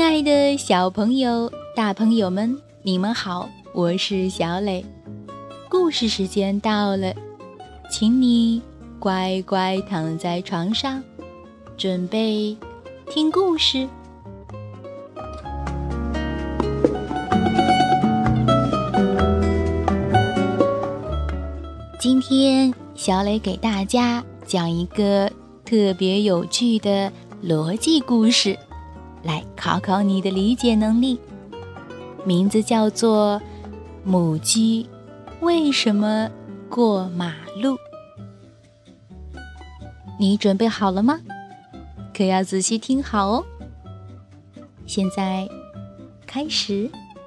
亲爱的小朋友、大朋友们，你们好，我是小磊。故事时间到了，请你乖乖躺在床上，准备听故事。今天小磊给大家讲一个特别有趣的逻辑故事，来考考你的理解能力。名字叫做母鸡为什么过马路？你准备好了吗？可要仔细听好哦。现在开始。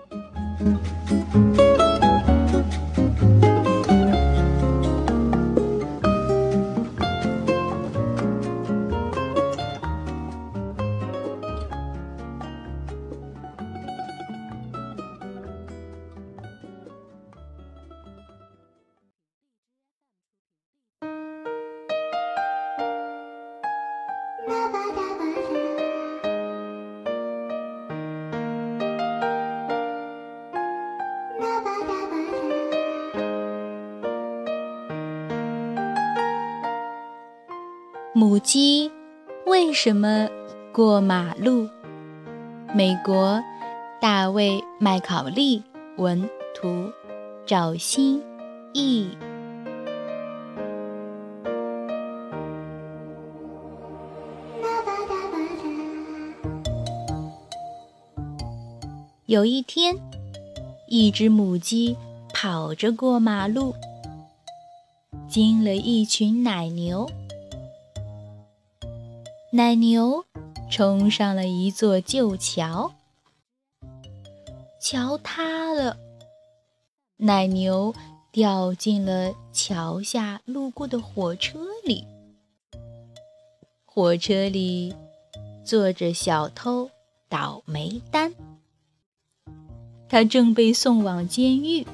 母鸡为什么过马路？美国大卫·麦考利文图，赵欣译。有一天，一只母鸡跑着过马路，经了一群奶牛。奶牛冲上了一座旧桥，桥塌了，奶牛掉进了桥下路过的火车里。火车里坐着小偷倒霉蛋，他正被送往监狱。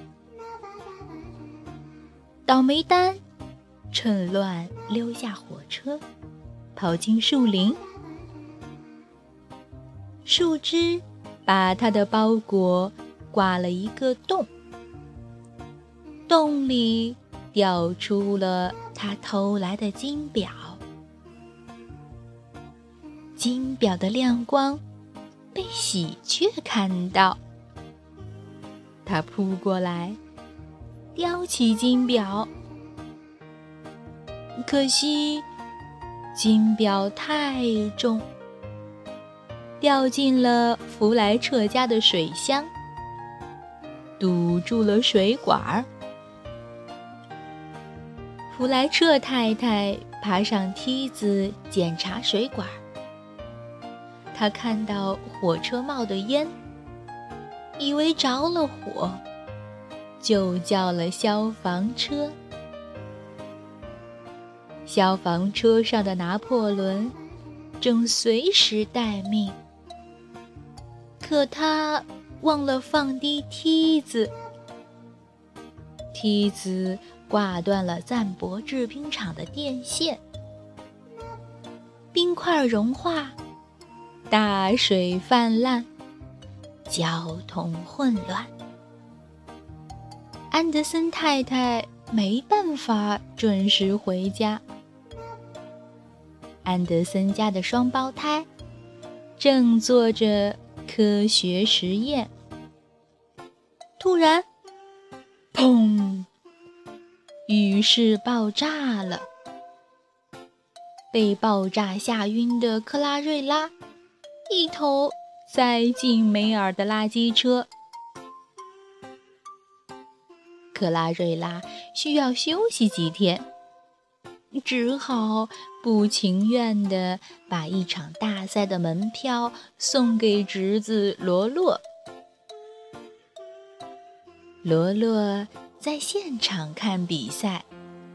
倒霉蛋趁乱溜下火车，跑进树林，树枝把他的包裹刮了一个洞，洞里掉出了他偷来的金表。金表的亮光被喜鹊看到，他扑过来叼起金表，可惜金表太重，掉进了弗莱彻家的水箱，堵住了水管。弗莱彻太太爬上梯子检查水管，她看到火车冒的烟，以为着了火，就叫了消防车。消防车上的拿破仑正随时待命，可他忘了放低梯子，梯子挂断了赞博制冰厂的电线，冰块融化，大水泛滥，交通混乱。安德森太太没办法准时回家。安德森家的双胞胎正做着科学实验，突然，砰！浴室爆炸了。被爆炸吓晕的克拉瑞拉一头栽进梅尔的垃圾车。克拉瑞拉需要休息几天，只好不情愿地把一场大赛的门票送给侄子罗洛。罗洛在现场看比赛，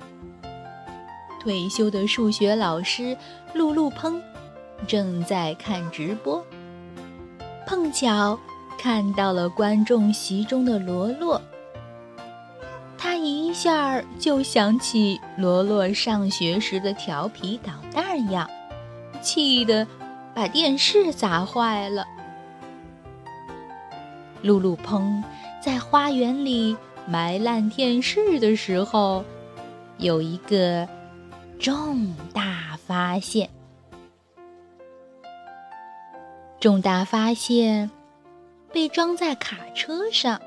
退休的数学老师露露砰正在看直播，碰巧看到了观众席中的罗洛。他一下就想起罗洛上学时的调皮捣蛋样，气得把电视砸坏了。 噜噜砰在花园里埋烂电视的时候，有一个重大发现。重大发现被装在卡车上，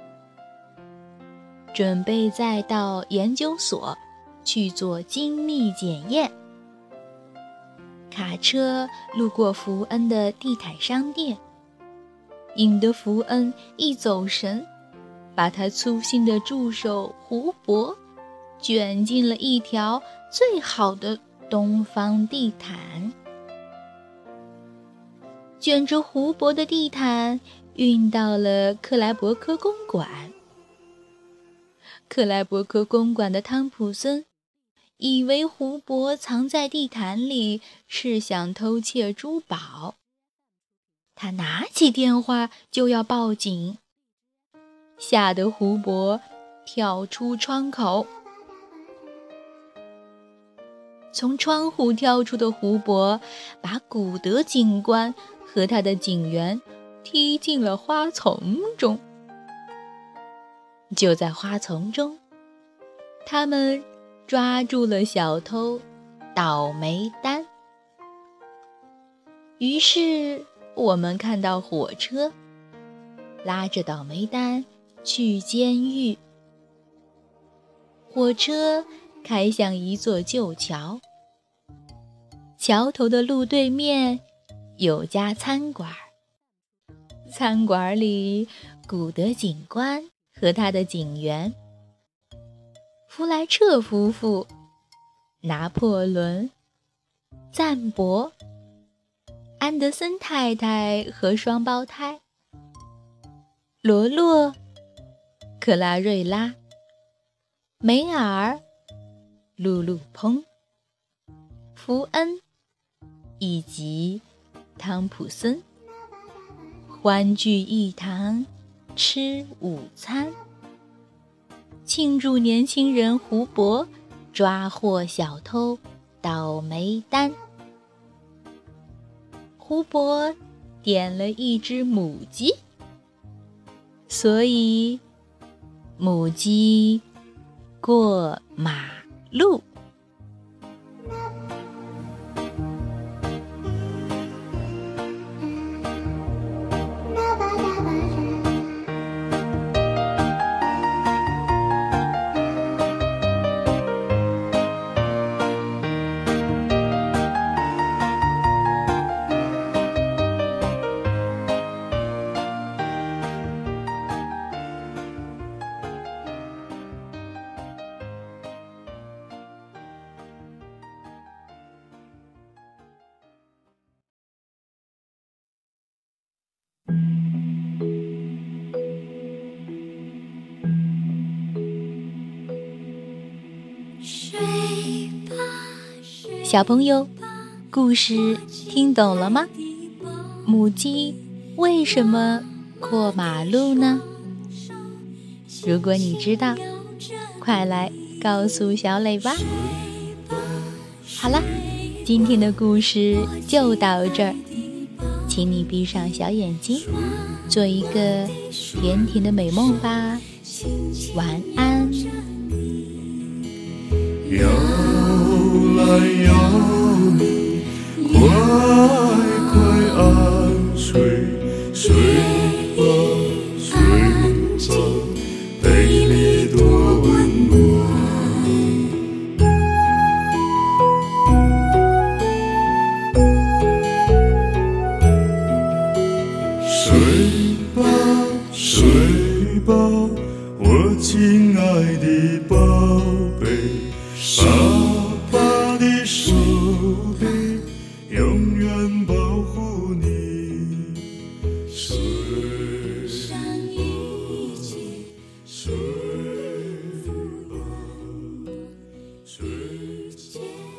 准备再到研究所去做精密检验。卡车路过福恩的地毯商店，引得福恩一走神，把他粗心的助手胡伯卷进了一条最好的东方地毯。卷着胡伯的地毯运到了克莱伯科公馆。克莱伯科公馆的汤普森以为胡伯藏在地毯里是想偷窃珠宝，他拿起电话就要报警，吓得胡伯跳出窗口。从窗户跳出的胡伯把古德警官和他的警员踢进了花丛中。就在花丛中，他们抓住了小偷倒霉蛋。于是我们看到火车拉着倒霉蛋去监狱。火车开向一座旧桥，桥头的路对面有家餐馆，餐馆里古德警官和他的警员，弗莱彻夫妇，拿破仑，赞博，安德森太太和双胞胎，罗洛，克拉瑞拉，梅尔，噜噜砰，福恩以及汤普森欢聚一堂吃午餐，庆祝年轻人胡伯抓获小偷倒霉蛋。胡伯点了一只母鸡，所以母鸡过马路。小朋友，故事听懂了吗？母鸡为什么过马路呢？如果你知道，快来告诉小磊吧。好了，今天的故事就到这儿，请你闭上小眼睛，做一个甜甜的美梦吧。晚安。 摇来摇你，快快安睡，睡吧睡吧，被你多温暖。睡吧睡吧，我亲爱的宝贝。爸爸的手臂永远保护你，睡上一起，睡吧，睡觉。